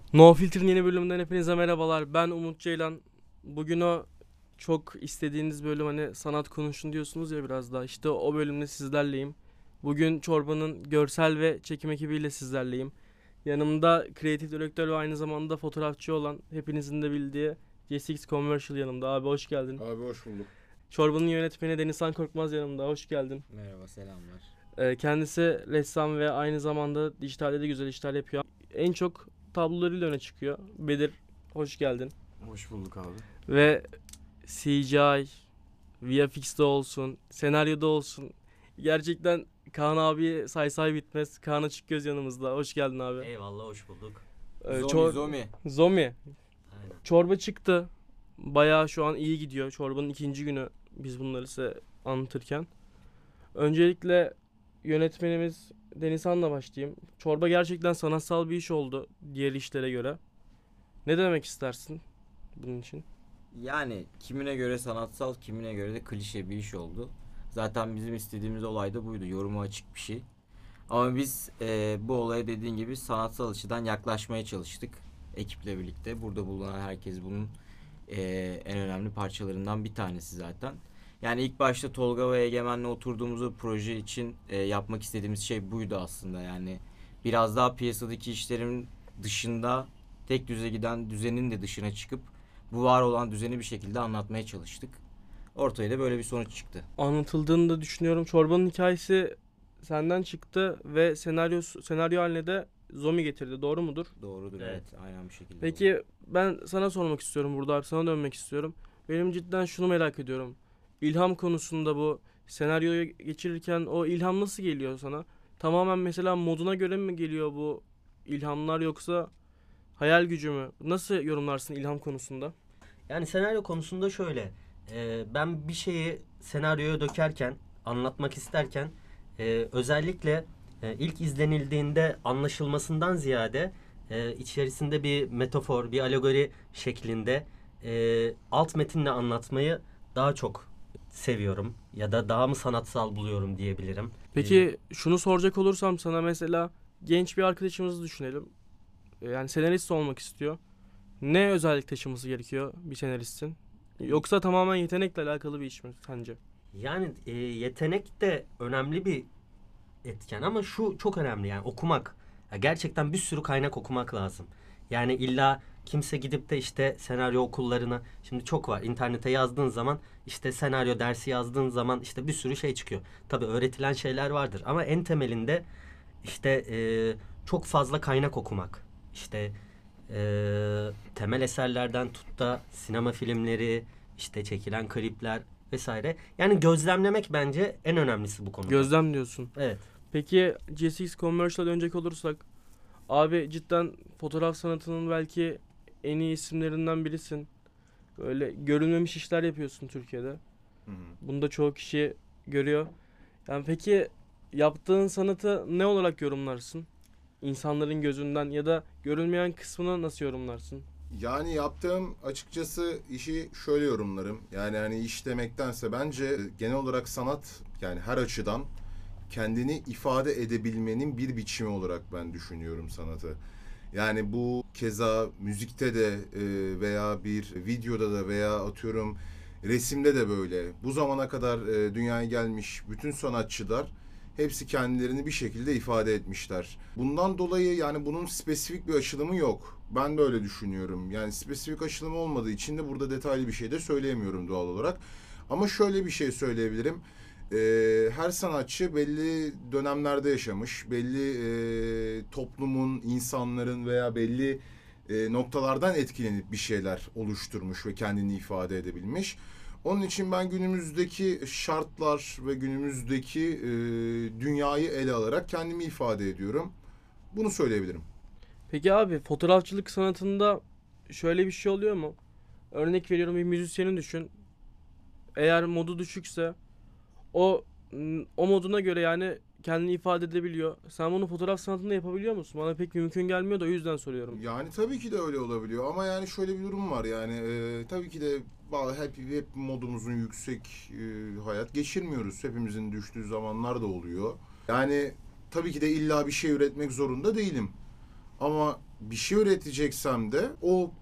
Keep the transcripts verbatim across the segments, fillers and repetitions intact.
No Filter'ın yeni bölümünden hepinize merhabalar. Ben Umut Ceylan. Bugün o çok istediğiniz bölüm, hani sanat konuşun diyorsunuz ya, biraz daha. İşte o bölümde sizlerleyim. Bugün Çorba'nın görsel ve çekim ekibiyle sizlerleyim. Yanımda kreatif direktör ve aynı zamanda fotoğrafçı olan, hepinizin de bildiği G S X Commercial yanımda. Abi hoş geldin. Abi hoş bulduk. Çorba'nın yönetmeni Denizhan Korkmaz yanımda. Hoş geldin. Merhaba, selamlar. Ee, kendisi ressam ve aynı zamanda dijitalde de güzel işler yapıyor. En çok tablolarıyla öne çıkıyor. Bedir, hoş geldin. Hoş bulduk abi. Ve C G I, V F X'de olsun, senaryoda olsun. Gerçekten Kaan abi say say bitmez. Kaan Açıkgöz yanımızda. Hoş geldin abi. Eyvallah, hoş bulduk. Ee, Zomi, çor- Zomi. Zomi. Aynen. Çorba çıktı. Bayağı şu an iyi gidiyor. Çorbanın ikinci günü biz bunları size anlatırken. Öncelikle yönetmenimiz Denizhan'la başlayayım. Çorba gerçekten sanatsal bir iş oldu diğer işlere göre. Ne demek istersin bunun için? Yani kimine göre sanatsal, kimine göre de klişe bir iş oldu. Zaten bizim istediğimiz olay da buydu. Yoruma açık bir şey. Ama biz e, bu olaya dediğin gibi sanatsal açıdan yaklaşmaya çalıştık. Ekiple birlikte. Burada bulunan herkes bunun e, en önemli parçalarından bir tanesi zaten. Yani ilk başta Tolga ve Egemen'le oturduğumuz o proje için e, yapmak istediğimiz şey buydu aslında. Yani biraz daha piyasadaki işlerin dışında, tek düze giden düzenin de dışına çıkıp bu var olan düzeni bir şekilde anlatmaya çalıştık. Ortaya da böyle bir sonuç çıktı. Anlatıldığını da düşünüyorum. Çorbanın hikayesi senden çıktı ve senaryo senaryo haline de Zomi getirdi. Doğru mudur? Doğrudur, evet, Evet. aynen bu şekilde oldu. Peki ben sana sormak istiyorum burada abi. Sana dönmek istiyorum. Benim cidden şunu merak ediyorum. İlham konusunda bu senaryoyu geçirirken o ilham nasıl geliyor sana? Tamamen mesela moduna göre mi geliyor bu ilhamlar, yoksa hayal gücü mü? Nasıl yorumlarsın ilham konusunda? Yani senaryo konusunda şöyle. e, ben bir şeyi senaryoya dökerken, anlatmak isterken e, özellikle e, ilk izlenildiğinde anlaşılmasından ziyade e, içerisinde bir metafor, bir alegori şeklinde e, alt metinle anlatmayı daha çok seviyorum. Ya da daha mı sanatsal buluyorum diyebilirim. Peki şunu soracak olursam sana, mesela genç bir arkadaşımızı düşünelim. E, Yani senarist olmak istiyor. Ne özellik taşıması gerekiyor bir senaristin? Yoksa tamamen yetenekle alakalı bir iş mi sence? Yani e, yetenek de önemli bir etken ama şu çok önemli, yani okumak. Ya gerçekten bir sürü kaynak okumak lazım. Yani illa kimse gidip de işte senaryo okullarına, şimdi çok var. İnternete yazdığın zaman, işte senaryo dersi yazdığın zaman işte bir sürü şey çıkıyor. Tabii öğretilen şeyler vardır ama en temelinde işte e, çok fazla kaynak okumak. İşte e, temel eserlerden tut da sinema filmleri, işte çekilen klipler vesaire. Yani gözlemlemek bence en önemlisi bu konuda. Gözlem diyorsun. Evet. Peki G S X Commercial'a dönecek olursak, abi cidden fotoğraf sanatının belki en iyi isimlerinden birisin. Böyle görülmemiş işler yapıyorsun Türkiye'de. Hı hı. Bunu da çoğu kişi görüyor. Yani peki yaptığın sanatı ne olarak yorumlarsın? İnsanların gözünden ya da görülmeyen kısmını nasıl yorumlarsın? Yani yaptığım açıkçası işi şöyle yorumlarım. Yani hani iş demektense bence genel olarak sanat, yani her açıdan kendini ifade edebilmenin bir biçimi olarak ben düşünüyorum sanatı. Yani bu keza müzikte de e, veya bir videoda da veya atıyorum resimde de böyle. Bu zamana kadar e, dünyaya gelmiş bütün sanatçılar hepsi kendilerini bir şekilde ifade etmişler. Bundan dolayı yani bunun spesifik bir açılımı yok. Ben böyle düşünüyorum. Yani spesifik açılımı olmadığı için de burada detaylı bir şey de söyleyemiyorum doğal olarak. Ama şöyle bir şey söyleyebilirim. Ee, her sanatçı belli dönemlerde yaşamış, belli e, toplumun, insanların veya belli e, noktalardan etkilenip bir şeyler oluşturmuş ve kendini ifade edebilmiş. Onun için ben günümüzdeki şartlar ve günümüzdeki e, dünyayı ele alarak kendimi ifade ediyorum. Bunu söyleyebilirim. Peki abi, fotoğrafçılık sanatında şöyle bir şey oluyor mu? Örnek veriyorum, bir müzisyeni düşün. Eğer modu düşükse o o moduna göre yani kendini ifade edebiliyor. Sen bunu fotoğraf sanatında yapabiliyor musun? Bana pek mümkün gelmiyor da o yüzden soruyorum. Yani tabii ki de öyle olabiliyor ama yani şöyle bir durum var yani e, tabii ki de ba- hep, hep modumuzun yüksek e, hayat geçirmiyoruz. Hepimizin düştüğü zamanlar da oluyor. Yani tabii ki de illa bir şey üretmek zorunda değilim. Ama bir şey üreteceksem de o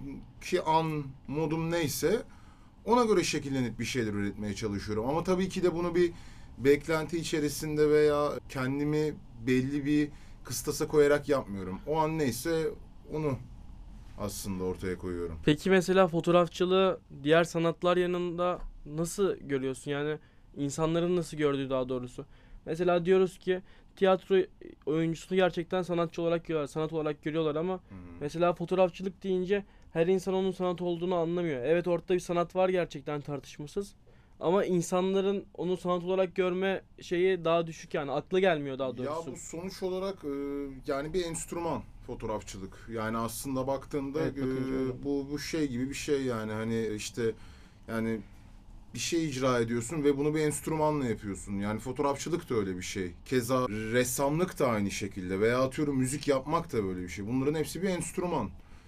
ki an modum neyse ona göre şekillenip bir şeyler üretmeye çalışıyorum. Ama tabii ki de bunu bir beklenti içerisinde veya kendimi belli bir kıstasa koyarak yapmıyorum. O an neyse onu aslında ortaya koyuyorum. Peki mesela fotoğrafçılığı diğer sanatlar yanında nasıl görüyorsun? Yani insanların nasıl gördüğü daha doğrusu. Mesela diyoruz ki tiyatro oyuncusunu gerçekten sanatçı olarak görüyorlar, sanat olarak görüyorlar ama Hı-hı. mesela fotoğrafçılık deyince her insan onun sanat olduğunu anlamıyor. Evet, ortada bir sanat var gerçekten, tartışmasız. Ama insanların onu sanat olarak görme şeyi daha düşük, yani aklı gelmiyor daha doğrusu. Ya bu sonuç olarak e, yani bir enstrüman fotoğrafçılık. Yani aslında baktığında Evet, bakınca e, öyle. bu bu şey gibi bir şey yani hani işte yani bir şey icra ediyorsun ve bunu bir enstrümanla yapıyorsun. Yani fotoğrafçılık da öyle bir şey. Keza ressamlık da aynı şekilde veya atıyorum müzik yapmak da böyle bir şey. Bunların hepsi bir enstrüman.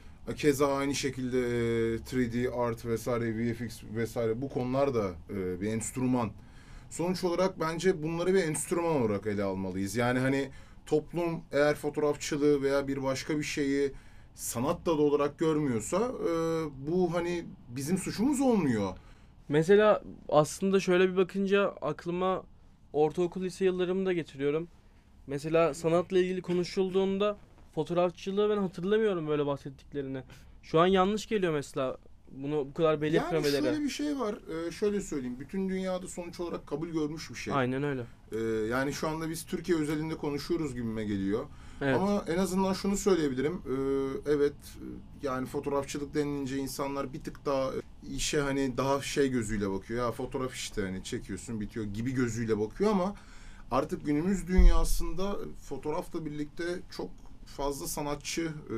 Keza aynı şekilde e, üç D art vesaire, V F X vesaire bu konular da e, bir enstrüman. Sonuç olarak bence bunları bir enstrüman olarak ele almalıyız. Yani hani toplum eğer fotoğrafçılığı veya bir başka bir şeyi sanat dalı olarak görmüyorsa e, bu hani bizim suçumuz olmuyor. Mesela aslında şöyle bir bakınca aklıma ortaokul lise yıllarımı da getiriyorum. Mesela sanatla ilgili konuşulduğunda fotoğrafçılığı ben hatırlamıyorum böyle bahsettiklerini. Şu an yanlış geliyor mesela bunu bu kadar Yani belirtmemeleri. şöyle bir şey var. e, şöyle söyleyeyim. Bütün dünyada sonuç olarak kabul görmüş bir şey. Aynen öyle. E, yani şu anda biz Türkiye özelinde konuşuyoruz gibime geliyor. Evet. Ama en azından şunu söyleyebilirim. Ee, evet yani fotoğrafçılık denilince insanlar bir tık daha işe hani daha şey gözüyle bakıyor. Ya fotoğraf işte hani çekiyorsun bitiyor gibi gözüyle bakıyor ama artık günümüz dünyasında fotoğrafla birlikte çok fazla sanatçı e,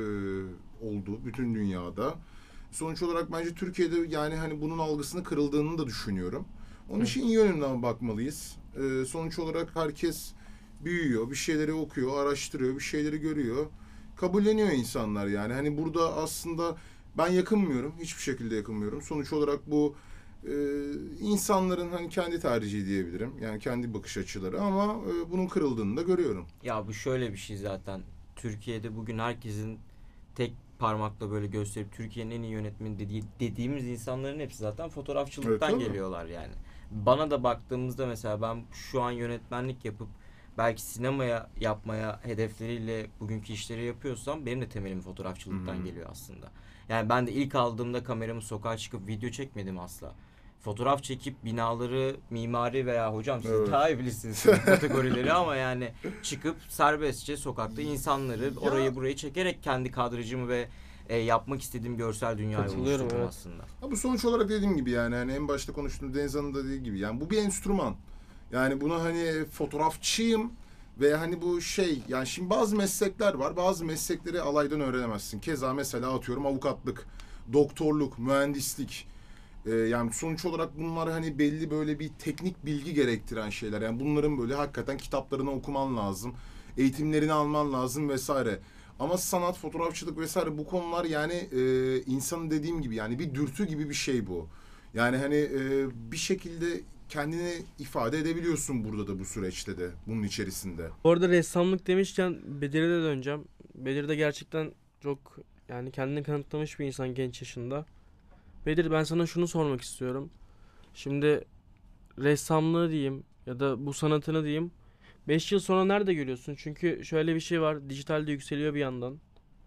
oldu bütün dünyada. Sonuç olarak bence Türkiye'de yani hani bunun algısını kırıldığını da düşünüyorum. Onun için iyi yönünden bakmalıyız. Ee, sonuç olarak herkes büyüyor, bir şeyleri okuyor, araştırıyor, bir şeyleri görüyor. Kabulleniyor insanlar yani. Hani burada aslında ben yakınmıyorum, hiçbir şekilde yakınmıyorum. Sonuç olarak bu e, insanların hani kendi tercihi diyebilirim. Yani kendi bakış açıları ama e, bunun kırıldığını da görüyorum. Ya bu şöyle bir şey zaten. Türkiye'de bugün herkesin tek parmakla böyle gösterip Türkiye'nin en iyi yönetmeni dediği, dediğimiz insanların hepsi zaten fotoğrafçılıktan Evet, tabii. geliyorlar yani. Bana da baktığımızda mesela ben şu an yönetmenlik yapıp belki sinemaya yapmaya hedefleriyle bugünkü işleri yapıyorsam benim de temelim fotoğrafçılıktan Hı hı. geliyor aslında. Yani ben de ilk aldığımda kameramı sokağa çıkıp video çekmedim asla. Fotoğraf çekip binaları, mimari veya hocam siz Evet. daha iyi bilirsiniz bu kategorileri ama yani çıkıp serbestçe sokakta insanları Ya- orayı burayı çekerek kendi kadrajımı ve e, yapmak istediğim görsel dünyayı Katılıyorum, oluşturdum evet. aslında. Ha, bu sonuç olarak dediğim gibi yani hani en başta konuştuğum Deniz Hanım'ın da dediği gibi yani bu bir enstrüman. Yani buna hani fotoğrafçıyım ve hani bu şey yani şimdi bazı meslekler var. Bazı meslekleri alaydan öğrenemezsin. Keza mesela atıyorum avukatlık, doktorluk, mühendislik. Ee, yani sonuç olarak bunlar hani belli böyle bir teknik bilgi gerektiren şeyler. Yani bunların böyle hakikaten kitaplarını okuman lazım. Eğitimlerini alman lazım vesaire. Ama sanat, fotoğrafçılık vesaire bu konular yani e, insanın dediğim gibi yani bir dürtü gibi bir şey bu. Yani hani e, bir şekilde kendini ifade edebiliyorsun burada da bu süreçte de bunun içerisinde. Bu arada ressamlık demişken Bedir'e de döneceğim. Bedir de gerçekten çok yani kendini kanıtlamış bir insan genç yaşında. Bedir, ben sana şunu sormak istiyorum. Şimdi ressamlığı diyeyim ya da bu sanatını diyeyim. beş yıl sonra nerede görüyorsun? Çünkü şöyle bir şey var. Dijitalde yükseliyor bir yandan.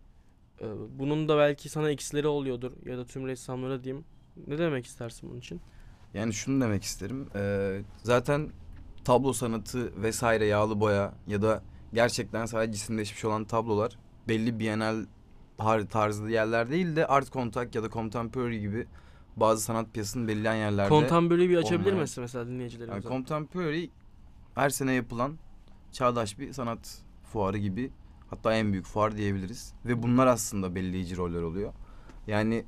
Ee, bunun da belki sana eksileri oluyordur ya da tüm ressamlara diyeyim. Ne demek istersin bunun için? Yani şunu demek isterim. Ee, zaten tablo sanatı vesaire, yağlı boya ya da gerçekten sadece cisimleşmiş olan tablolar belli bienal har- tarzı yerler değil de art contact ya da contemporary gibi bazı sanat piyasasının belirleyen yerlerde. Contemporary'i bir açabilir olmayan- misin mesela dinleyicilerimize? Yani contemporary her sene yapılan çağdaş bir sanat fuarı gibi, hatta en büyük fuar diyebiliriz. Ve bunlar aslında belirleyici roller oluyor. Yani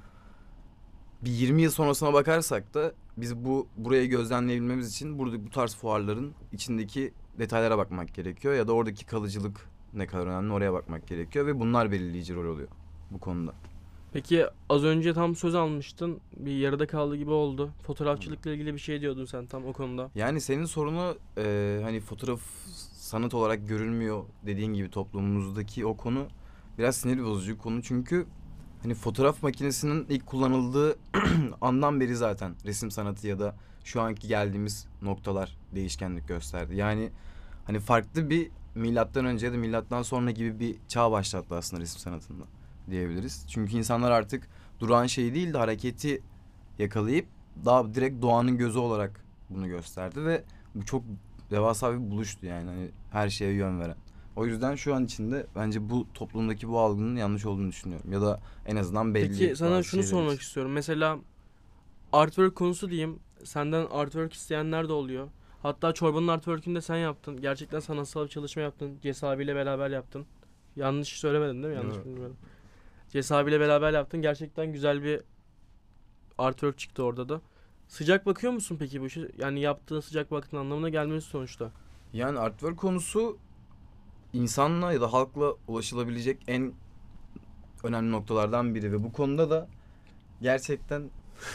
bir yirmi yıl sonrasına bakarsak da biz bu burayı gözlemleyebilmemiz için burada bu tarz fuarların içindeki detaylara bakmak gerekiyor ya da oradaki kalıcılık ne kadar önemli, oraya bakmak gerekiyor ve bunlar belirleyici rol oluyor bu konuda. Peki az önce tam söz almıştın. Bir yarıda kaldı gibi oldu. Fotoğrafçılıkla ilgili bir şey diyordun sen tam o konuda. Yani senin sorunu e, hani fotoğraf sanat olarak görülmüyor dediğin gibi toplumumuzdaki o konu biraz sinir bozucu konu çünkü hani fotoğraf makinesinin ilk kullanıldığı andan beri zaten resim sanatı ya da şu anki geldiğimiz noktalar değişkenlik gösterdi. Yani hani farklı bir milattan önce ya da milattan sonra gibi bir çağ başlattı aslında resim sanatında diyebiliriz. Çünkü insanlar artık duran şeyi değil de hareketi yakalayıp daha direkt doğanın gözü olarak bunu gösterdi ve bu çok devasa bir buluştu yani hani her şeye yön veren. O yüzden şu an içinde bence bu toplumdaki bu algının yanlış olduğunu düşünüyorum. Ya da en azından belli. Peki sana bazı şunu şeyler sormak için. istiyorum. Mesela artwork konusu diyeyim. Senden artwork isteyenler de oluyor. Hatta çorbanın artwork'ünü de sen yaptın. Gerçekten sanatsal bir çalışma yaptın. Ces abiyle beraber yaptın. Yanlış söylemedim değil mi? Yanlış Yok. bilmiyorum. Ces abiyle beraber yaptın. Gerçekten güzel bir artwork çıktı orada da. Sıcak bakıyor musun peki bu işe? Yani yaptığın sıcak baktığın anlamına gelmesi sonuçta. Yani artwork konusu insanla ya da halkla ulaşılabilecek en önemli noktalardan biri ve bu konuda da gerçekten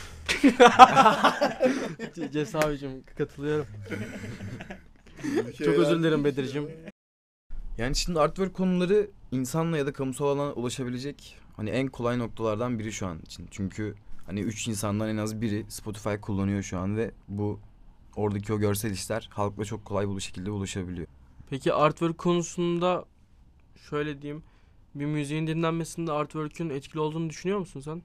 Ces abicim katılıyorum. Çok özür dilerim Bedir'cim. yani şimdi artwork konuları insanla ya da kamusal alana ulaşabilecek hani en kolay noktalardan biri şu an için. Çünkü hani üç insandan en az biri Spotify kullanıyor şu an ve bu oradaki o görsel işler halkla çok kolay bu şekilde ulaşabiliyor. Peki artwork konusunda şöyle diyeyim. Bir müziğin dinlenmesinde artwork'ün etkili olduğunu düşünüyor musun sen?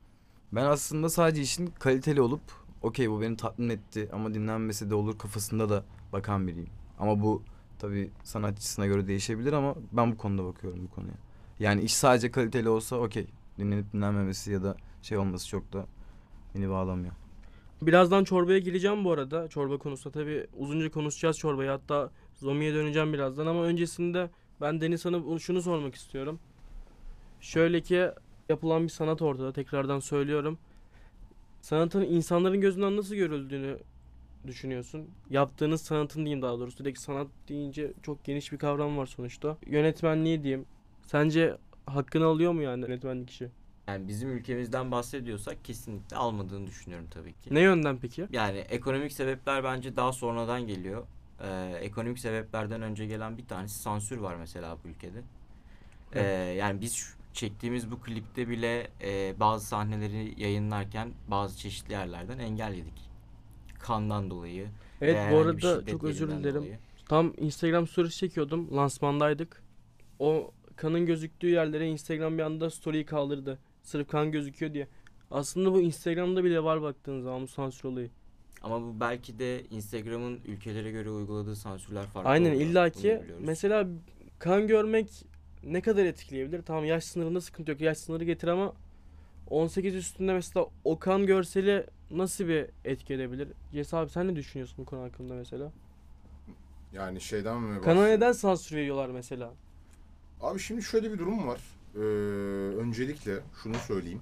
Ben aslında sadece işin kaliteli olup okey bu beni tatmin etti ama dinlenmesi de olur kafasında da bakan biriyim. Ama bu tabii sanatçısına göre değişebilir ama ben bu konuda bakıyorum bu konuya. Yani iş sadece kaliteli olsa okey. Dinlenip dinlenmemesi ya da şey olması çok da beni bağlamıyor. Birazdan çorbaya gireceğim bu arada. Çorba konusunda tabii uzunca konuşacağız çorbayı. Hatta Zomi'ye döneceğim birazdan ama öncesinde ben Deniz sana şunu sormak istiyorum. Şöyle ki yapılan bir sanat ortada. Tekrardan söylüyorum. Sanatın insanların gözünden nasıl görüldüğünü düşünüyorsun? Yaptığınız sanatın diyeyim daha doğrusu. Direkt sanat deyince çok geniş bir kavram var sonuçta. Yönetmenliği diyeyim. Sence hakkını alıyor mu yani yönetmenlik işi? Yani bizim ülkemizden bahsediyorsak kesinlikle almadığını düşünüyorum tabii ki. Ne yönden peki? Yani ekonomik sebepler bence daha sonradan geliyor. Ee, ekonomik sebeplerden önce gelen bir tanesi sansür var mesela bu ülkede. Ee, yani biz şu- çektiğimiz bu klipte bile e, bazı sahneleri yayınlarken bazı çeşitli yerlerden engel yedik. Kandan dolayı. Evet veya bu herhangi bir arada şiddet çok özür yerinden dilerim. dolayı. Tam Instagram stories çekiyordum. Lansmandaydık. O kanın gözüktüğü yerlere Instagram bir anda story'yi kaldırdı. Sırf kan gözüküyor diye. Aslında bu Instagram'da bile var baktığın zaman bu sansür olayı. Ama bu belki de Instagram'ın ülkelere göre uyguladığı sansürler farklı. Aynen oldu. illaki Bunu biliyoruz. mesela kan görmek ne kadar etkileyebilir? Tamam yaş sınırında sıkıntı yok. Yaş sınırı getir ama on sekiz üstünde mesela o kan görseli nasıl bir etki edebilir? Yes abi sen ne düşünüyorsun bu konu hakkında mesela? Yani şeyden mi Kana bahsediyorsun? neden sansür veriyorlar mesela? Abi şimdi şöyle bir durum var. Ee, öncelikle şunu söyleyeyim.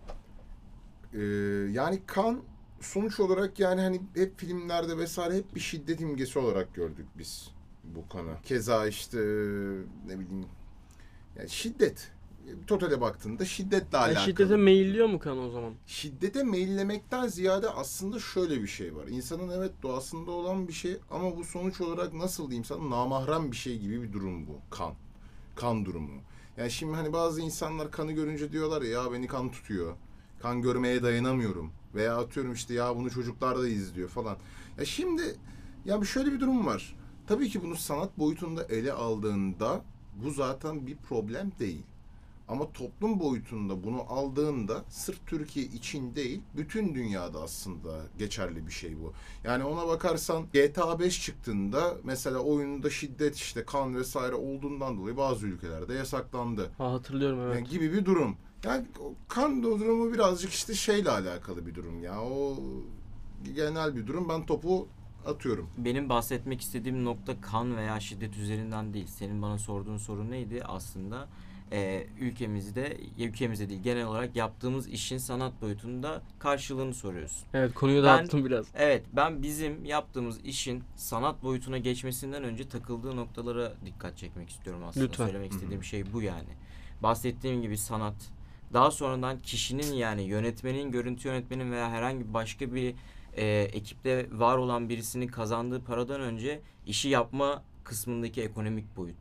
Ee, yani kan sonuç olarak yani hani hep filmlerde vesaire hep bir şiddet imgesi olarak gördük biz bu kanı. Keza işte ne bileyim yani şiddet. Totale baktığında şiddetle Yani alakalı. şiddete meyilliyor mu kan o zaman? Şiddete meyillemekten ziyade aslında şöyle bir şey var. İnsanın evet doğasında olan bir şey ama bu sonuç olarak nasıl diyeyim sana namahrem bir şey gibi bir durum bu. Kan. Kan durumu. Yani şimdi hani bazı insanlar kanı görünce diyorlar ya, ya beni kan tutuyor. Kan görmeye dayanamıyorum. Veya atıyorum işte ya bunu çocuklar da izliyor falan. Ya şimdi ya şöyle bir durum var. Tabii ki bunu sanat boyutunda ele aldığında bu zaten bir problem değil. Ama toplum boyutunda bunu aldığında sırf Türkiye için değil, bütün dünyada aslında geçerli bir şey bu. Yani ona bakarsan G T A beş çıktığında mesela oyunda şiddet işte kan vesaire olduğundan dolayı bazı ülkelerde yasaklandı. Ha hatırlıyorum evet. Yani gibi bir durum. Yani o kan durumu birazcık işte şeyle alakalı bir durum ya. O genel bir durum. Ben topu atıyorum. Benim bahsetmek istediğim nokta kan veya şiddet üzerinden değil. Senin bana sorduğun soru neydi aslında? Ee, ülkemizde, ülkemizde değil genel olarak yaptığımız işin sanat boyutunda karşılığını soruyorsun. Evet konuyu Ben- dağıttım biraz. Evet, ben bizim yaptığımız işin sanat boyutuna geçmesinden önce takıldığı noktalara dikkat çekmek istiyorum aslında. Lütfen. Söylemek istediğim şey bu yani. Bahsettiğim gibi sanat, daha sonradan kişinin yani yönetmenin, görüntü yönetmenin veya herhangi başka bir e, ekipte var olan birisinin kazandığı paradan önce işi yapma kısmındaki ekonomik boyut.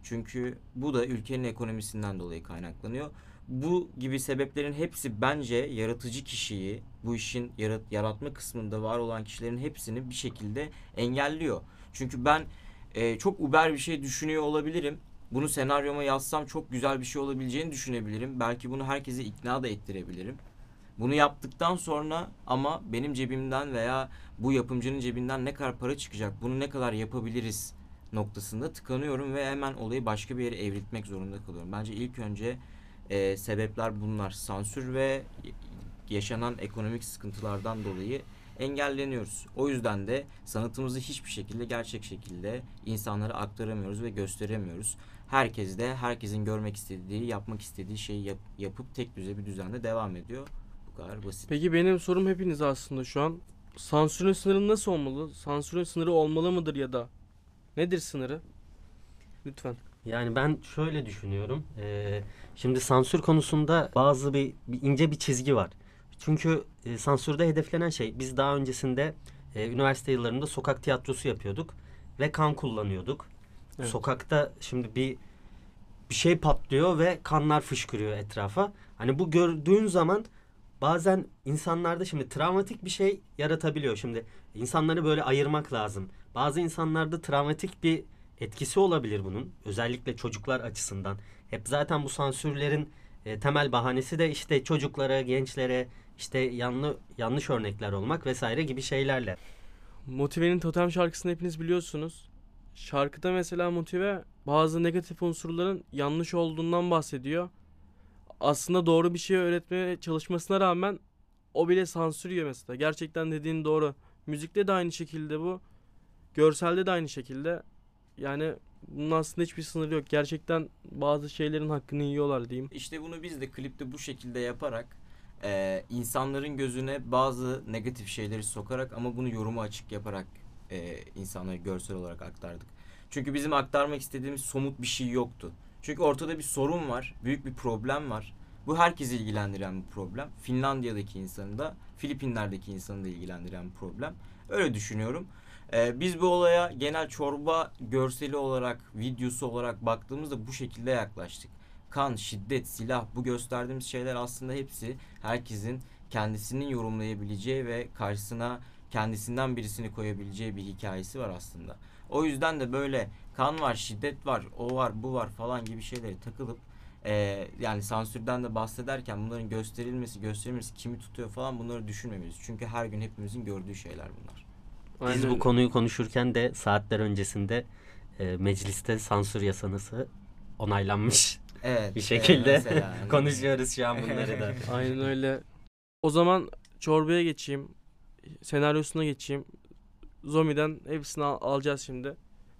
Çünkü bu da ülkenin ekonomisinden dolayı kaynaklanıyor. Bu gibi sebeplerin hepsi bence yaratıcı kişiyi, bu işin yarat yaratma kısmında var olan kişilerin hepsini bir şekilde engelliyor. Çünkü ben e, çok uber bir şey düşünüyor olabilirim. Bunu senaryoma yazsam çok güzel bir şey olabileceğini düşünebilirim. Belki bunu herkese ikna da ettirebilirim. Bunu yaptıktan sonra ama benim cebimden veya bu yapımcının cebinden ne kadar para çıkacak, bunu ne kadar yapabiliriz noktasında tıkanıyorum ve hemen olayı başka bir yere evriltmek zorunda kalıyorum. Bence ilk önce e, sebepler bunlar. Sansür ve yaşanan ekonomik sıkıntılardan dolayı engelleniyoruz. O yüzden de sanatımızı hiçbir şekilde gerçek şekilde insanlara aktaramıyoruz ve gösteremiyoruz. Herkes de herkesin görmek istediği, yapmak istediği şeyi yap, yapıp tek düze bir düzende devam ediyor. Bu kadar basit. Peki benim sorum hepinize aslında şu an. Sansürün sınırı nasıl olmalı? Sansürün sınırı olmalı mıdır ya da? Nedir sınırı? Lütfen. Yani ben şöyle düşünüyorum. Ee, şimdi sansür konusunda bazı bir, bir ince bir çizgi var. Çünkü e, sansürde hedeflenen şey, biz daha öncesinde e, üniversite yıllarında sokak tiyatrosu yapıyorduk ve kan kullanıyorduk. Evet. Sokakta şimdi bir bir şey patlıyor ve kanlar fışkırıyor etrafa. Hani bu gördüğün zaman bazen insanlarda şimdi travmatik bir şey yaratabiliyor. Şimdi insanları böyle ayırmak lazım. Bazı insanlarda travmatik bir etkisi olabilir bunun. Özellikle çocuklar açısından. Hep zaten bu sansürlerin e, temel bahanesi de işte çocuklara, gençlere işte yanlı, yanlış örnekler olmak vesaire gibi şeylerle. Motive'nin Totem şarkısını hepiniz biliyorsunuz. Şarkıda mesela Motive bazı negatif unsurların yanlış olduğundan bahsediyor. Aslında doğru bir şey öğretmeye çalışmasına rağmen o bile sansür yiyor mesela. Gerçekten dediğin doğru. Müzikte de aynı şekilde bu. Görselde de aynı şekilde. Yani bunun aslında hiçbir sınırı yok. Gerçekten bazı şeylerin hakkını yiyorlar diyeyim. İşte bunu biz de klipte bu şekilde yaparak e, insanların gözüne bazı negatif şeyleri sokarak ama bunu yoruma açık yaparak e, insanlara görsel olarak aktardık. Çünkü bizim aktarmak istediğimiz somut bir şey yoktu. Çünkü ortada bir sorun var, büyük bir problem var. Bu herkesi ilgilendiren bir problem. Finlandiya'daki insanı da, Filipinler'deki insanı da ilgilendiren bir problem. Öyle düşünüyorum. Ee, biz bu olaya genel çorba görseli olarak, videosu olarak baktığımızda bu şekilde yaklaştık. Kan, şiddet, silah, bu gösterdiğimiz şeyler aslında hepsi herkesin kendisinin yorumlayabileceği ve karşısına kendisinden birisini koyabileceği bir hikayesi var aslında. O yüzden de böyle kan var, şiddet var, o var, bu var falan gibi şeylere takılıp e, yani sansürden de bahsederken bunların gösterilmesi, gösterilmesi kimi tutuyor falan bunları düşünmemeliyiz. Çünkü her gün hepimizin gördüğü şeyler bunlar. Biz Aynen. bu konuyu konuşurken de saatler öncesinde e, mecliste sansür yasası onaylanmış Evet. bir şekilde e, mesela yani. konuşuyoruz şu an bunları da. Aynen öyle. O zaman çorbaya geçeyim. Senaryosuna geçeyim. Zombie'den hepsini al- alacağız şimdi.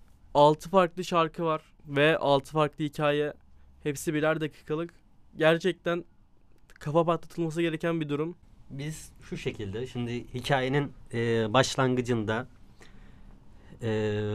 altı farklı şarkı var ve altı farklı hikaye. Hepsi birer dakikalık. Gerçekten kafa patlatılması gereken bir durum. Biz şu şekilde şimdi hikayenin e, başlangıcında e,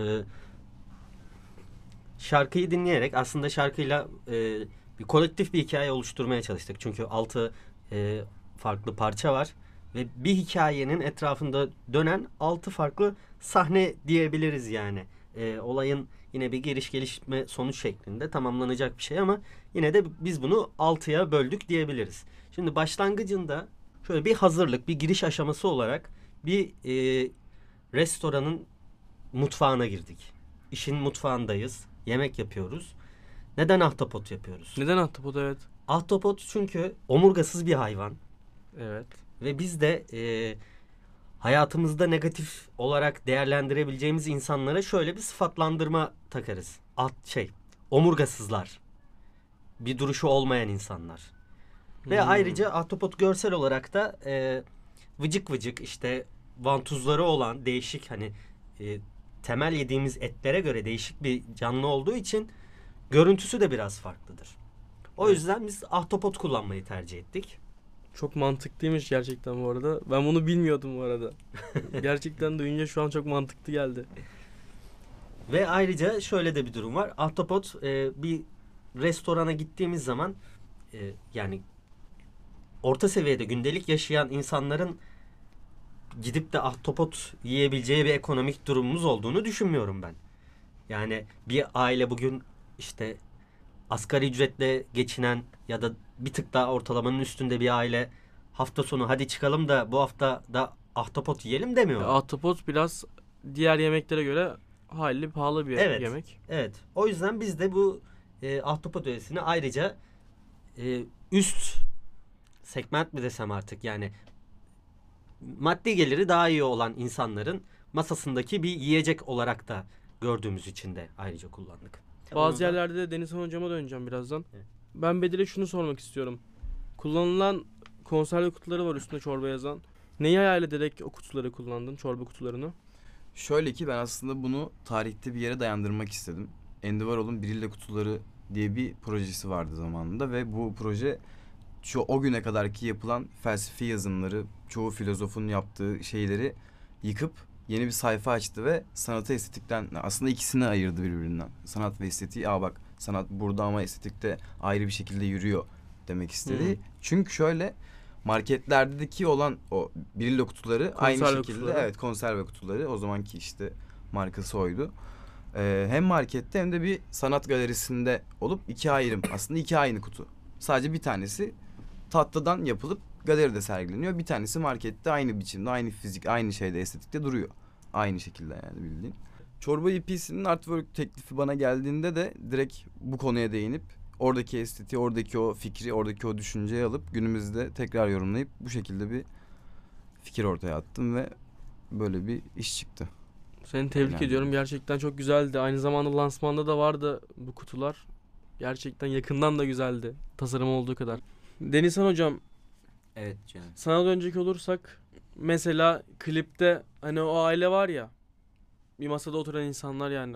şarkıyı dinleyerek aslında şarkıyla e, bir kolektif bir hikaye oluşturmaya çalıştık. Çünkü altı e, farklı parça var ve bir hikayenin etrafında dönen altı farklı sahne diyebiliriz yani. E, olayın yine bir giriş gelişme sonuç şeklinde tamamlanacak bir şey ama yine de biz bunu altıya böldük diyebiliriz. Şimdi başlangıcında şöyle bir hazırlık, bir giriş aşaması olarak bir e, restoranın mutfağına girdik. İşin mutfağındayız. Yemek yapıyoruz. Neden ahtapot yapıyoruz? Neden ahtapot? Evet. Ahtapot çünkü omurgasız bir hayvan. Evet. Ve biz de e, hayatımızda negatif olarak değerlendirebileceğimiz insanlara şöyle bir sıfatlandırma takarız. At şey, omurgasızlar. Bir duruşu olmayan insanlar. Ve Hmm. ayrıca ahtapot görsel olarak da e, vıcık vıcık işte vantuzları olan değişik hani e, temel yediğimiz etlere göre değişik bir canlı olduğu için görüntüsü de biraz farklıdır. O Evet. yüzden biz ahtapot kullanmayı tercih ettik. Çok mantıklıymış gerçekten bu arada. Ben bunu bilmiyordum bu arada. Gerçekten duyunca şu an çok mantıklı geldi. Ve ayrıca şöyle de bir durum var. Ahtapot e, bir restorana gittiğimiz zaman e, yani orta seviyede gündelik yaşayan insanların gidip de ahtapot yiyebileceği bir ekonomik durumumuz olduğunu düşünmüyorum ben. Yani bir aile bugün işte asgari ücretle geçinen ya da bir tık daha ortalamanın üstünde bir aile hafta sonu hadi çıkalım da bu hafta da ahtapot yiyelim demiyor. Ahtapot biraz diğer yemeklere göre hayli pahalı bir Evet. yemek. Evet. O yüzden biz de bu e, ahtapot öğesini ayrıca e, üst segment mi desem artık, yani maddi geliri daha iyi olan insanların masasındaki bir yiyecek olarak da gördüğümüz için de ayrıca kullandık. Bazı Onu da- yerlerde de Denizhan hocama döneceğim birazdan. Evet. Ben Bedir'e şunu sormak istiyorum. Kullanılan konserve kutuları var üstünde çorba yazan. Neyi hayal ederek o kutuları kullandın, çorba kutularını? Şöyle ki ben aslında bunu tarihte bir yere dayandırmak istedim. Andy Warhol'un Brille Kutuları diye bir projesi vardı zamanında ve bu proje şu o güne kadarki yapılan felsefi yazımları, çoğu filozofun yaptığı şeyleri yıkıp yeni bir sayfa açtı ve sanatı estetikten aslında ikisini ayırdı birbirinden. Sanat ve estetiği, aa bak sanat burada ama estetikte ayrı bir şekilde yürüyor demek istedi. Hı. Çünkü şöyle marketlerdeki olan o Brillo kutuları aynı Konserve şekilde kutuları. evet konserve kutuları o zamanki işte markası oydu. Ee, hem markette hem de bir sanat galerisinde olup iki ayrım aslında iki aynı kutu. Sadece bir tanesi tahtadan yapılıp galeride sergileniyor. Bir tanesi markette aynı biçimde, aynı fizik, aynı şeyde estetikte duruyor. Aynı şekilde yani bildiğin. Çorba E P'sinin artwork teklifi bana geldiğinde de direkt bu konuya değinip oradaki estetiği, oradaki o fikri, oradaki o düşünceyi alıp günümüzde tekrar yorumlayıp bu şekilde bir fikir ortaya attım ve böyle bir iş çıktı. Seni tebrik Önemli. ediyorum. Gerçekten çok güzeldi. Aynı zamanda lansmanda da vardı bu kutular. Gerçekten yakından da güzeldi. Tasarım olduğu kadar. Denizhan hocam, Evet canım. sana dönecek olursak mesela klipte hani o aile var ya, bir masada oturan insanlar yani.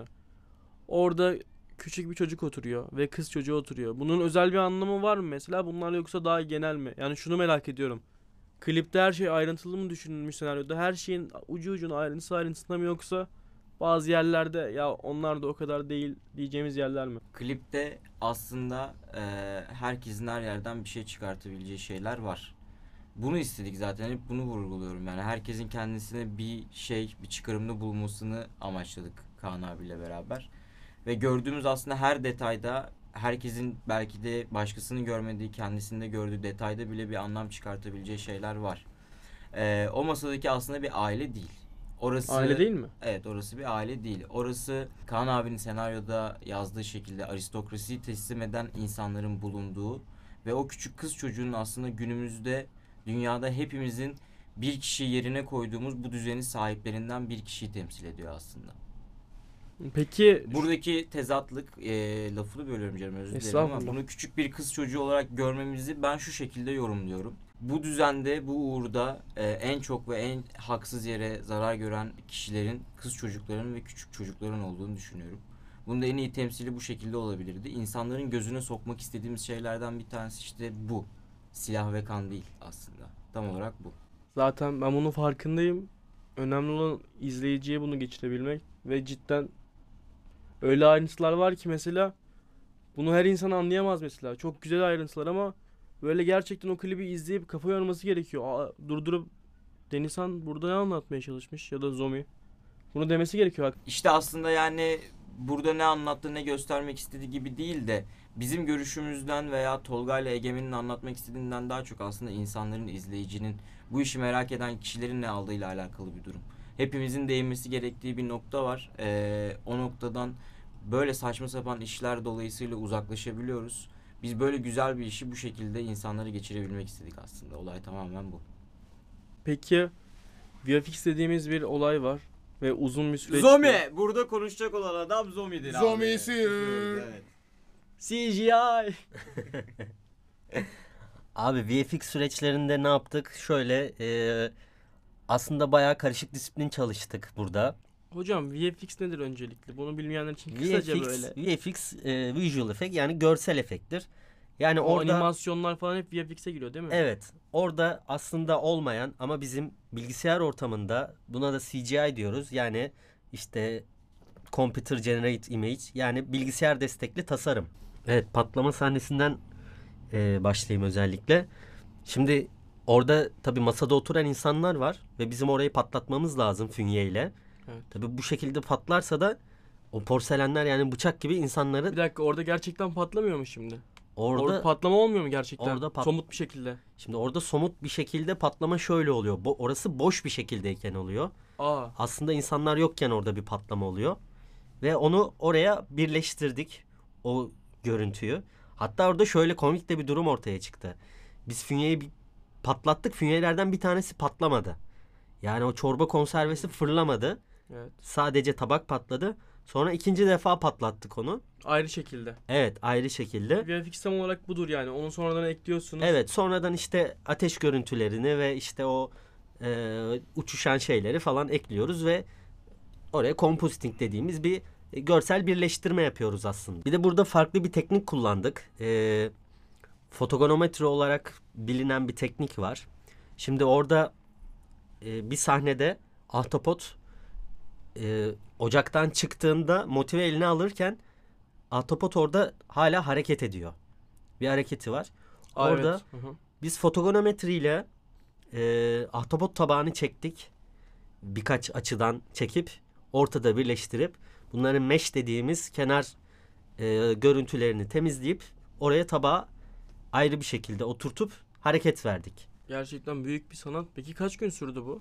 Orada küçük bir çocuk oturuyor ve kız çocuğu oturuyor. Bunun özel bir anlamı var mı mesela, bunlar yoksa daha genel mi? Yani şunu merak ediyorum. Klipte her şey ayrıntılı mı düşünülmüş senaryoda? Her şeyin ucu ucuna ayrıntısı ayrıntısına mı, yoksa bazı yerlerde ya onlar da o kadar değil diyeceğimiz yerler mi? Klipte aslında e, herkesin her yerden bir şey çıkartabileceği şeyler var. Bunu istedik zaten, hep bunu vurguluyorum yani herkesin kendisine bir şey, bir çıkarımda bulmasını amaçladık Kaan abiyle beraber. Ve gördüğümüz aslında her detayda herkesin belki de başkasının görmediği, kendisinde gördüğü detayda bile bir anlam çıkartabileceği şeyler var. E, o masadaki aslında bir aile değil. Orası Aile değil mi? Evet, orası bir aile değil. Orası Kaan abinin senaryoda yazdığı şekilde aristokrasiyi teslim eden insanların bulunduğu ve o küçük kız çocuğunun aslında günümüzde dünyada hepimizin bir kişi yerine koyduğumuz bu düzenin sahiplerinden bir kişiyi temsil ediyor aslında. Peki Buradaki tezatlık, e, lafını bölüyorum canım, özür dilerim ama Estağfurullah. bunu küçük bir kız çocuğu olarak görmemizi ben şu şekilde yorumluyorum. Bu düzende, bu uğurda e, en çok ve en haksız yere zarar gören kişilerin kız çocukların ve küçük çocukların olduğunu düşünüyorum. Bunun da en iyi temsili bu şekilde olabilirdi. İnsanların gözüne sokmak istediğimiz şeylerden bir tanesi işte bu. Silah ve kan değil aslında. Tam olarak bu. zaten ben bunun farkındayım. Önemli olan izleyiciye bunu geçirebilmek ve cidden öyle ayrıntılar var ki mesela bunu her insan anlayamaz mesela. Çok güzel ayrıntılar ama böyle gerçekten o klibi izleyip kafa yorması gerekiyor. Aa, durdurup Denizhan burada ne anlatmaya çalışmış ya da Zomi. Bunu demesi gerekiyor. İşte aslında yani burada ne anlattı, ne göstermek istediği gibi değil de bizim görüşümüzden veya Tolga ile Egemen'in anlatmak istediğinden daha çok aslında insanların, izleyicinin, bu işi merak eden kişilerin ne aldığıyla alakalı bir durum. Hepimizin değinmesi gerektiği bir nokta var. Ee, o noktadan böyle saçma sapan işler dolayısıyla uzaklaşabiliyoruz. Biz böyle güzel bir işi bu şekilde insanlara geçirebilmek istedik aslında. Olay tamamen bu. Peki V F X dediğimiz bir olay var ve uzun bir süreç. Zomi! Burada konuşacak olan adam Zomi'dir abi. Zomisi. Evet. C G I. Abi V F X süreçlerinde ne yaptık? Şöyle e, aslında bayağı karışık disiplin çalıştık burada. Hocam V F X nedir öncelikle? Bunu bilmeyenler için V kısaca F X, böyle. V F X e, visual effect, yani görsel efekttir. Yani O orada animasyonlar falan hep V F X'e giriyor değil mi? evet, orada aslında olmayan ama bizim bilgisayar ortamında buna da C G I diyoruz. Yani işte Computer Generate Image, yani bilgisayar destekli tasarım. Evet, patlama sahnesinden e, başlayayım özellikle. Şimdi orada tabii masada oturan insanlar var ve bizim orayı patlatmamız lazım fünyeyle. Evet. Tabii bu şekilde patlarsa da O porselenler yani bıçak gibi insanları Bir dakika, orada gerçekten patlamıyor mu şimdi? orada, Orada patlama olmuyor mu gerçekten? orada pat- Somut bir şekilde. şimdi orada somut bir şekilde patlama şöyle oluyor. Bo- orası boş bir şekildeyken oluyor. Aa, Aslında insanlar yokken orada bir patlama oluyor. Ve onu oraya birleştirdik. O görüntüyü. Hatta orada şöyle komik de bir durum ortaya çıktı. Biz fünyeyi bir patlattık. Fünyelerden bir tanesi patlamadı. Yani o çorba konservesi fırlamadı. evet. Sadece tabak patladı. Sonra ikinci defa patlattık onu. Ayrı şekilde. Evet, ayrı şekilde. V F X tam olarak budur yani. Onu sonradan ekliyorsunuz. Evet, sonradan işte ateş görüntülerini ve işte o e, uçuşan şeyleri falan ekliyoruz ve oraya compositing dediğimiz bir e, görsel birleştirme yapıyoruz aslında. Bir de burada farklı bir teknik kullandık. E, fotogonometri olarak bilinen bir teknik var. Şimdi orada e, bir sahnede ahtapot e, ocaktan çıktığında motive eline alırken ahtapot orada hala hareket ediyor. Bir hareketi var. Aa, Orada evet. Hı hı. biz fotogonometriyle e, ahtapot tabağını çektik. Birkaç açıdan çekip ortada birleştirip bunların mesh dediğimiz kenar e, görüntülerini temizleyip oraya tabağı ayrı bir şekilde oturtup hareket verdik. Gerçekten büyük bir sanat. Peki kaç gün sürdü bu?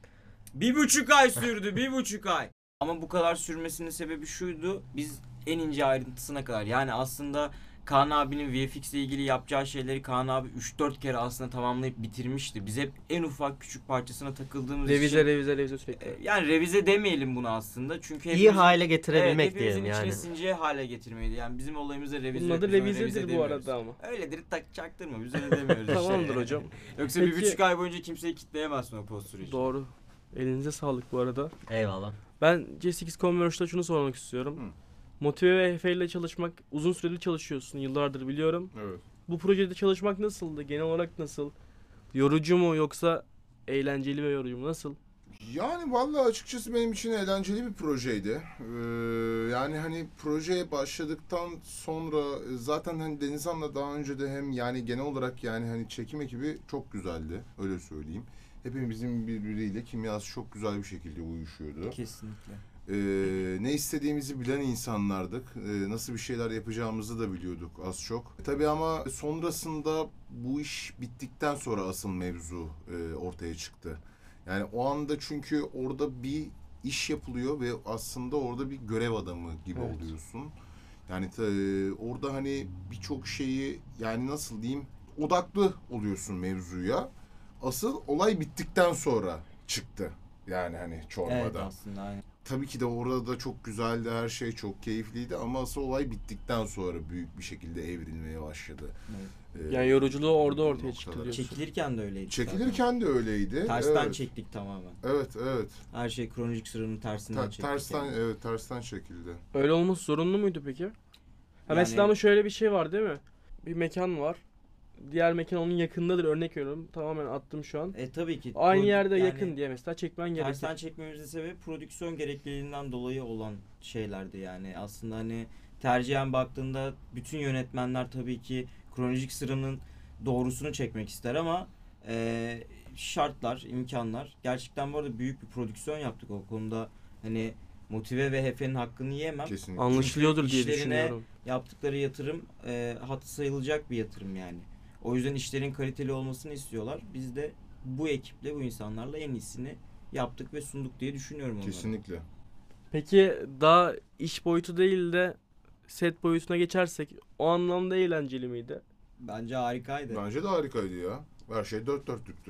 Bir buçuk ay sürdü, bir buçuk ay. Ama bu kadar sürmesinin sebebi şuydu. Biz en ince ayrıntısına kadar, yani aslında Kaan abinin V F X ile ilgili yapacağı şeyleri Kaan abi üç dört kere aslında tamamlayıp bitirmişti. Biz hep en ufak küçük parçasına takıldığımız Revize, için revize, revize sürekli. e, yani revize demeyelim bunu aslında. Çünkü İyi hepimizin- hale getirebilmek evet, hepimizin diyelim yani. içine sineceği hale getirmeydi. Yani bizim olayımız da revize. Bunun adı biz ona revizedir revize bu demiyoruz. arada ama. Öyledir, tak çaktırma, biz öyle demiyoruz. işte. Tamamdır hocam. Yoksa bir Peki- buçuk ay boyunca kimseyi kitleyemezsin o postürü için. Doğru. Elinize sağlık bu arada. Eyvallah. Ben C sekiz Converge'da şunu sormak istiyorum. Hı. Motive ve Efe ile çalışmak, uzun süredir çalışıyorsun. Yıllardır biliyorum. Evet. Bu projede çalışmak nasıldı? Genel olarak nasıl? Yorucu mu yoksa eğlenceli ve yorucu mu? Nasıl? Yani vallahi açıkçası benim için eğlenceli bir projeydi. Ee, yani hani projeye başladıktan sonra e, zaten hani Denizhan'la daha önce de hem yani genel olarak yani hani çekim ekibi çok güzeldi. Öyle söyleyeyim. Hepimizin birbiriyle kimyası çok güzel bir şekilde uyuşuyordu. Kesinlikle. Ee, ne istediğimizi bilen insanlardık. Ee, nasıl bir şeyler yapacağımızı da biliyorduk az çok. Tabii ama sonrasında bu iş bittikten sonra asıl mevzu e, ortaya çıktı. Yani o anda çünkü orada bir iş yapılıyor ve aslında orada bir görev adamı gibi Evet. oluyorsun. Yani ta- orada hani birçok şeyi yani nasıl diyeyim odaklı oluyorsun mevzuya. Asıl olay bittikten sonra çıktı. Yani hani çorbada. Evet aslında aynen. Tabii ki de orada da çok güzeldi, her şey çok keyifliydi ama asıl olay bittikten sonra büyük bir şekilde evrilmeye başladı. Evet. Ee, Yani yoruculuğu orada bu ortaya noktada. çıktı diyorsun. Çekilirken de öyleydi. Çekilirken de öyleydi. zaten. Tersten evet. çektik tamamen. Evet, evet. Her şey kronolojik sıranın tersinden Ter- çektik. tersten, yani. evet, tersten çekildi. Öyle olması zorunlu muydu peki? Ha Yani- mesela ama şöyle bir şey var değil mi? Bir mekan var. Diğer mekan onun yakındadır, örnek veriyorum. Tamamen attım şu an. E tabii ki. Aynı Pro- yerde yani yakın diye mesela çekmen gerekir. Tersten çekmemizin sebebi prodüksiyon gerekliliğinden dolayı olan şeylerdi yani. Aslında hani tercihen baktığında bütün yönetmenler tabii ki kronolojik sıranın doğrusunu çekmek ister ama e, şartlar, imkanlar. Gerçekten bu arada büyük bir prodüksiyon yaptık o konuda. Hani Motive ve Hefe'nin hakkını yiyemem. Kesinlikle. Anlaşılıyordur diye işlerine- düşünüyorum. Yaptıkları yatırım e, hatı sayılacak bir yatırım yani. O yüzden işlerin kaliteli olmasını istiyorlar. Biz de bu ekiple, bu insanlarla en iyisini yaptık ve sunduk diye düşünüyorum onları. Kesinlikle. Peki daha iş boyutu değil de set boyutuna geçersek o anlamda eğlenceli miydi? Bence harikaydı. Bence de harikaydı ya. Her şey dört dörtlüktü.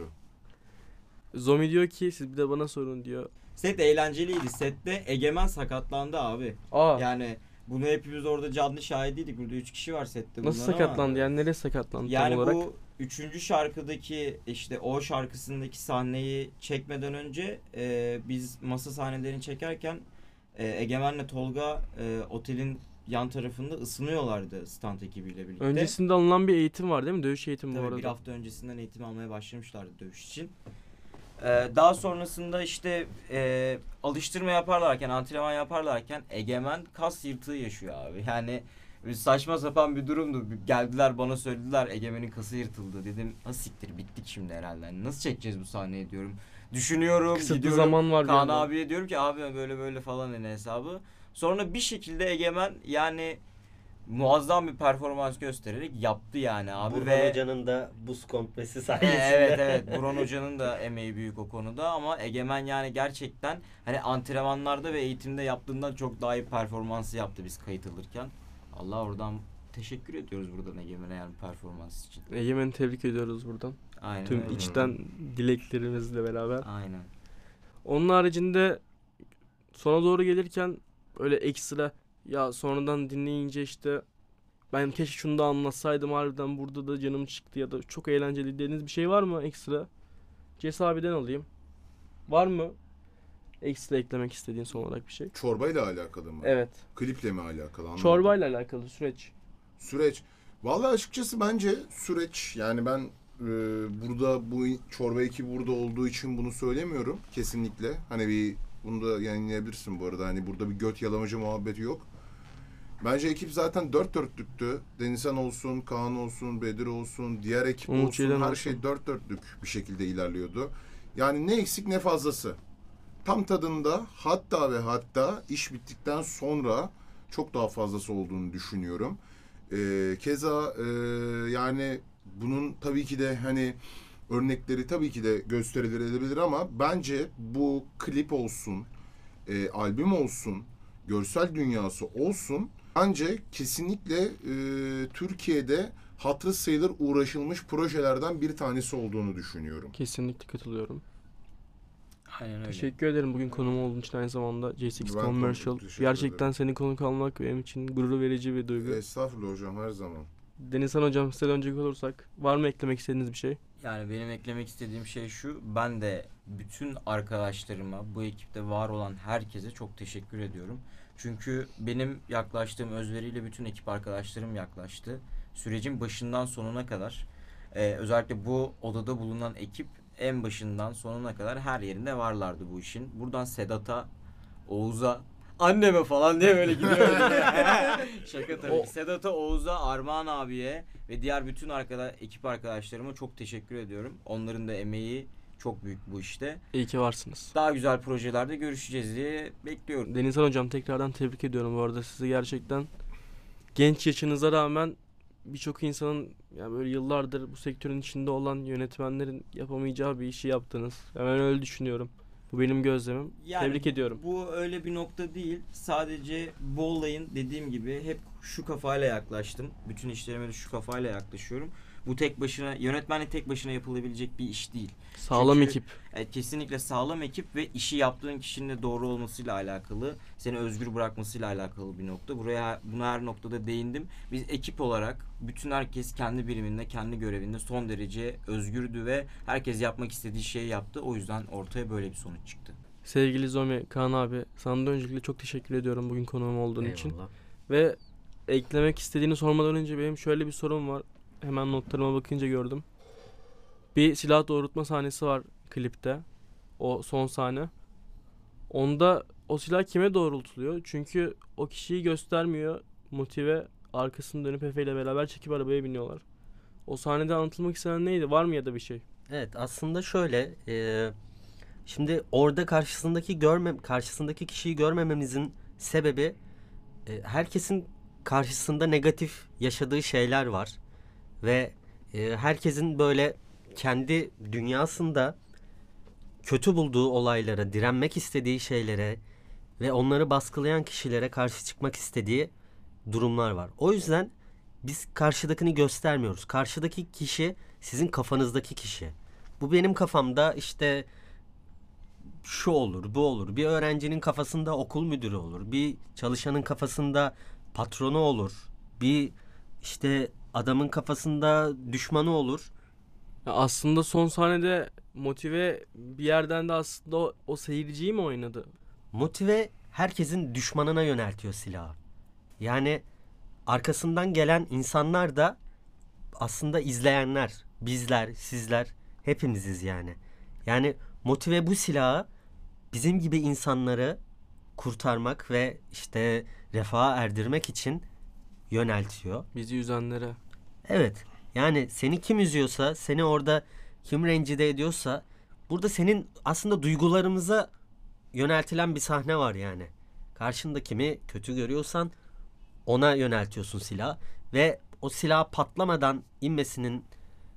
Zomi diyor ki siz bir de bana sorun diyor. Set eğlenceliydi. Sette Egemen sakatlandı abi. Aa, Yani bunu hepimiz orada canlı şahidiydik. Burada üç kişi var sette. nasıl bundan ama- sakatlandı yani nereye sakatlandı Yani tam olarak? bu üçüncü şarkıdaki işte o şarkısındaki sahneyi çekmeden önce e, biz masa sahnelerini çekerken e, Egemen'le Tolga e, otelin yan tarafında ısınıyorlardı stand ekibiyle birlikte. Öncesinde alınan bir eğitim var değil mi? Dövüş eğitimi bu Tabii arada. bir hafta öncesinden eğitim almaya başlamışlardı dövüş için. Ee, daha sonrasında işte e, alıştırma yaparlarken, antrenman yaparlarken Egemen kas yırtığı yaşıyor abi. Yani Saçma sapan bir durumdu. Geldiler bana söylediler Egemen'in kası yırtıldı. Dedim nasıl siktir bittik şimdi herhalde. Yani nasıl çekeceğiz bu sahneyi diyorum. Düşünüyorum. Kısıtlı gidiyorum. zaman var bir Kaan yandan. abiye diyorum ki abi böyle böyle falan hani hesabı. Sonra bir şekilde Egemen yani muazzam bir performans göstererek yaptı yani abi. Burhan ve Hoca'nın da buz kompresi E, sayesinde. evet evet Burhan Hoca'nın da emeği büyük o konuda ama Egemen yani gerçekten hani antrenmanlarda ve eğitimde yaptığından çok daha iyi performansı yaptı biz kayıt alırken. Allah oradan teşekkür ediyoruz buradan Egemen'e yani performans için. Egemen'i tebrik ediyoruz buradan. Aynen Tüm öyle. içten dileklerimizle beraber. Aynen. Onun haricinde sona doğru gelirken öyle ekstra ya sonradan dinleyince işte ben keşke şunu da anlatsaydım harbiden burada da canım çıktı ya da çok eğlenceli dediğiniz bir şey var mı ekstra? Ces abiden alayım. Var mı ekstra eklemek istediğin son olarak bir şey? Çorbayla alakalı mı? Evet. Kliple mi alakalı? Anlamadım. Çorbayla alakalı süreç. Süreç. Vallahi açıkçası bence süreç yani ben e, burada bu çorba ekibi burada olduğu için bunu söylemiyorum kesinlikle. Hani bir bunu da yayınlayabilirsin bu arada. Hani burada bir göt yalamacı muhabbeti yok. Bence ekip zaten dört dörtlüktü. Denizhan olsun, Kaan olsun, Bedir olsun, diğer ekip Umut olsun Ceylan her olsun. şey dört dörtlük bir şekilde ilerliyordu. Yani ne eksik ne fazlası. Tam tadında hatta ve hatta iş bittikten sonra çok daha fazlası olduğunu düşünüyorum. Ee, keza e, yani bunun tabii ki de hani örnekleri tabii ki de gösterilir edebilir ama bence bu klip olsun, e, albüm olsun, görsel dünyası olsun bence kesinlikle e, Türkiye'de hatırı sayılır uğraşılmış projelerden bir tanesi olduğunu düşünüyorum. Kesinlikle katılıyorum. Aynen öyle. Teşekkür ederim bugün konuğum olduğun için aynı zamanda J altı Ben Commercial. teşekkür Gerçekten ederim. seni konuk almak benim için gurur verici bir duygu. Estağfurullah hocam her zaman. Denizhan hocam size dönecek olursak var mı eklemek istediğiniz bir şey? Yani benim eklemek istediğim şey şu. Ben de bütün arkadaşlarıma, bu ekipte var olan herkese çok teşekkür ediyorum. Çünkü benim yaklaştığım özveriyle bütün ekip arkadaşlarım yaklaştı. Sürecin başından sonuna kadar. Ee, özellikle bu odada bulunan ekip en başından sonuna kadar her yerinde varlardı bu işin. Buradan Sedat'a, Oğuz'a, anneme falan diye böyle gidiyor. Şaka tabii ki. Sedat'a, Oğuz'a, Armağan abiye ve diğer bütün arkadaş, ekip arkadaşlarıma çok teşekkür ediyorum. Onların da emeği çok büyük bu işte. İyi ki varsınız. Daha güzel projelerde görüşeceğiz diye bekliyorum. Denizhan hocam tekrardan tebrik ediyorum bu arada sizi gerçekten. Genç yaşınıza rağmen birçok insanın yani böyle yıllardır bu sektörün içinde olan yönetmenlerin yapamayacağı bir işi yaptınız. Ben öyle düşünüyorum. Bu benim gözlemim. Yani Tebrik ediyorum. Bu öyle bir nokta değil. Sadece bu olayın dediğim gibi hep şu kafayla yaklaştım. Bütün işlerime de şu kafayla yaklaşıyorum. Bu tek başına, yönetmenlik tek başına yapılabilecek bir iş değil. Sağlam Çünkü- ekip. Evet, kesinlikle sağlam ekip ve işi yaptığın kişinin de doğru olmasıyla alakalı, seni özgür bırakmasıyla alakalı bir nokta. Buraya buna her noktada değindim. Biz ekip olarak bütün herkes kendi biriminde, kendi görevinde son derece özgürdü ve herkes yapmak istediği şeyi yaptı. O yüzden ortaya böyle bir sonuç çıktı. Sevgili Zomi, Kaan abi sana da öncelikle çok teşekkür ediyorum bugün konuğum olduğun için. Eyvallah. Ve eklemek istediğini sormadan önce benim şöyle bir sorum var. Hemen notlarıma bakınca gördüm. Bir silah doğrultma sahnesi var klipte. O son sahne. Onda o silah kime doğrultuluyor? Çünkü o kişiyi göstermiyor. Motive arkasını dönüp Efe ile beraber çekip arabaya biniyorlar. O sahnede anlatılmak istenen neydi? Var mı ya da bir şey? Evet aslında şöyle e, şimdi orada karşısındaki görme karşısındaki kişiyi görmememizin sebebi e, herkesin karşısında negatif yaşadığı şeyler var ve e, herkesin böyle kendi dünyasında kötü bulduğu olaylara, direnmek istediği şeylere ve onları baskılayan kişilere karşı çıkmak istediği durumlar var. O yüzden biz karşıdakini göstermiyoruz. Karşıdaki kişi sizin kafanızdaki kişi. Bu benim kafamda işte şu olur, bu olur. Bir öğrencinin kafasında okul müdürü olur. Bir çalışanın kafasında patronu olur. Bir işte adamın kafasında düşmanı olur. Ya aslında son sahnede Motive bir yerden de aslında o, o seyirciyi mi oynadı? Motive herkesin düşmanına yöneltiyor silahı. Yani arkasından gelen insanlar da aslında izleyenler, bizler, sizler hepimiziz yani. Yani Motive bu silahı bizim gibi insanları kurtarmak ve işte refaha erdirmek için yöneltiyor. Bizi üzenlere. Evet. Yani seni kim üzüyorsa, seni orada kim rencide ediyorsa burada senin aslında duygularımıza yöneltilen bir sahne var yani. Karşında kimi kötü görüyorsan ona yöneltiyorsun silah ve o silah patlamadan inmesinin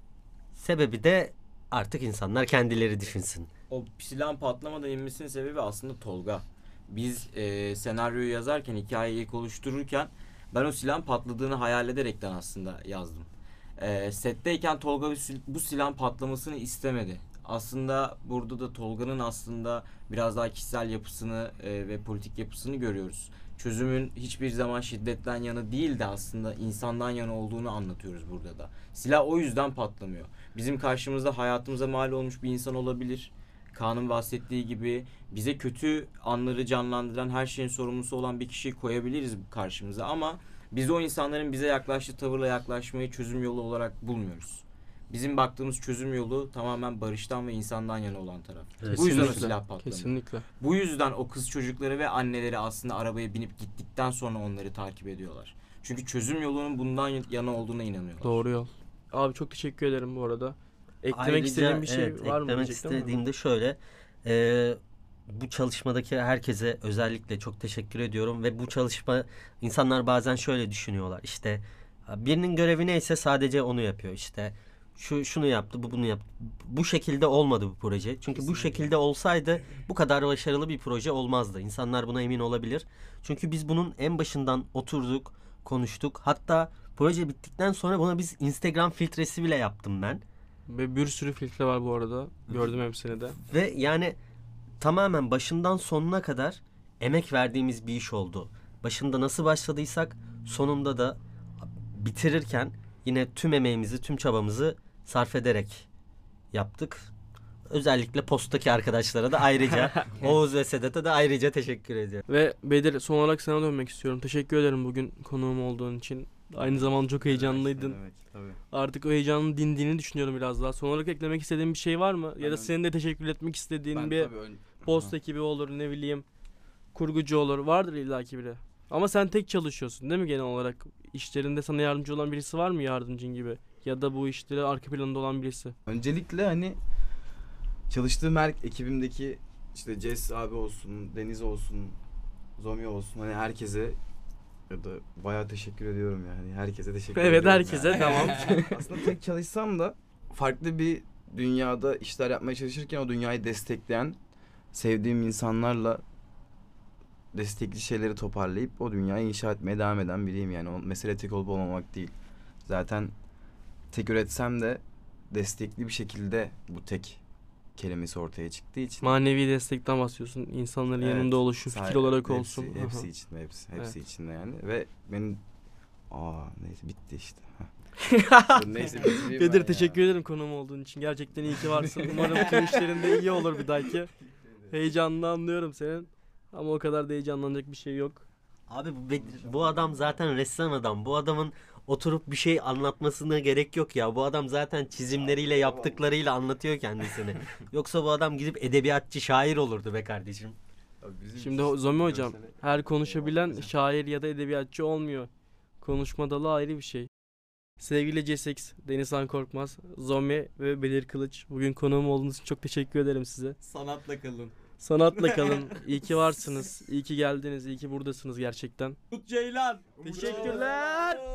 sebebi de artık insanlar kendileri düşünsün. O silahın patlamadan inmesinin sebebi aslında Tolga. Biz e, senaryoyu yazarken, hikayeyi ilk oluştururken ben o silahın patladığını hayal ederekten aslında yazdım. E, setteyken Tolga bu silahın patlamasını istemedi. Aslında burada da Tolga'nın aslında biraz daha kişisel yapısını e, ve politik yapısını görüyoruz. Çözümün hiçbir zaman şiddetten yana değil de aslında insandan yana olduğunu anlatıyoruz burada da. Silah o yüzden patlamıyor. Bizim karşımızda hayatımıza mal olmuş bir insan olabilir. Kaan'ın bahsettiği gibi bize kötü anları canlandıran, her şeyin sorumlusu olan bir kişiyi koyabiliriz karşımıza ama biz o insanların bize yaklaştığı tavırla yaklaşmayı çözüm yolu olarak bulmuyoruz. Bizim baktığımız çözüm yolu tamamen barıştan ve insandan yana olan taraf. Evet. Bu yüzden o Kesinlikle. silah patlamıyor. Kesinlikle. Bu yüzden o kız çocukları ve anneleri aslında arabaya binip gittikten sonra onları takip ediyorlar. Çünkü çözüm yolunun bundan yana olduğuna inanıyorlar. Doğru yol. Abi çok teşekkür ederim bu arada. Eklemek Ayrıca, istediğin bir şey evet, var mı? eklemek diyecektim ama. istediğim de şöyle. e, bu çalışmadaki herkese özellikle çok teşekkür ediyorum ve bu çalışma insanlar bazen şöyle düşünüyorlar. İşte birinin görevi neyse sadece onu yapıyor. İşte şu şunu yaptı, bu bunu yaptı. Bu şekilde olmadı bu proje. Çünkü Kesinlikle. bu şekilde olsaydı bu kadar başarılı bir proje olmazdı. İnsanlar buna emin olabilir. Çünkü biz bunun en başından oturduk, konuştuk. Hatta proje bittikten sonra buna biz Instagram filtresi bile yaptım ben. Ve bir sürü filtre var bu arada. Gördüm hepsini de. Ve yani tamamen başından sonuna kadar emek verdiğimiz bir iş oldu. Başında nasıl başladıysak sonunda da bitirirken yine tüm emeğimizi, tüm çabamızı sarf ederek yaptık. Özellikle posttaki arkadaşlara da ayrıca, Oğuz ve Sedat'a da ayrıca teşekkür ediyorum. Ve Bedir, son olarak sana dönmek istiyorum. Teşekkür ederim bugün konuğum olduğun için. Aynı zamanda çok heyecanlıydın. Evet, tabii. Artık o heyecanın dindiğini düşünüyorum biraz daha. Son olarak eklemek istediğin bir şey var mı? Ya da Ben- senin de teşekkür etmek istediğin Ben bir tabii ön- post ekibi olur, ne bileyim, kurgucu olur. Vardır illaki biri. Ama sen tek çalışıyorsun değil mi genel olarak? İşlerinde sana yardımcı olan birisi var mı, yardımcın gibi? Ya da bu işleri arka planında olan birisi? Öncelikle hani çalıştığım her ekibimdeki işte Jess abi olsun, Deniz olsun, Zomi olsun, hani herkese ya da bayağı teşekkür ediyorum yani. Herkese teşekkür Evet, ediyorum. herkese, yani. tamam. Aslında tek çalışsam da farklı bir dünyada işler yapmaya çalışırken o dünyayı destekleyen, sevdiğim insanlarla destekli şeyleri toparlayıp o dünyayı inşa etmeye devam eden biriyim yani. O mesele tek olup olmamak değil. Zaten tek üretsem de destekli bir şekilde bu tek kelimesi ortaya çıktığı için. Manevi destekten bahsediyorsun. İnsanların Evet, yanında oluşu, say- fikir olarak hepsi, olsun. Hepsi Aha. içinde, hepsi, hepsi Evet. içinde yani. Ve benim aa neyse bitti işte. Heh. Dur, neyse bitireyim ben Bedir, ya. teşekkür ederim konuğum olduğun için. Gerçekten iyi ki varsın. Umarım tüm işlerinde iyi olur bir dahaki. Heyecanını anlıyorum senin. Ama o kadar da heyecanlanacak bir şey yok. Abi bu, Bedir- bu adam zaten ressam adam. Bu adamın oturup bir şey anlatmasına gerek yok ya. Bu adam zaten çizimleriyle, yaptıklarıyla anlatıyor kendisini. Yoksa bu adam gidip edebiyatçı, şair olurdu be kardeşim. Abi bizim Şimdi o- Zomi hocam, görsele- her konuşabilen şair ya da edebiyatçı olmuyor. Konuşma dalı ayrı bir şey. Sevgili C S X, Denizhan Korkmaz, Zomi ve Bedir Kılıç. Bugün konuğum olduğunuz için çok teşekkür ederim size. Sanatla kalın. Sanatla kalın. İyi ki varsınız. İyi ki geldiniz. İyi ki buradasınız gerçekten. Ceylan. Teşekkürler.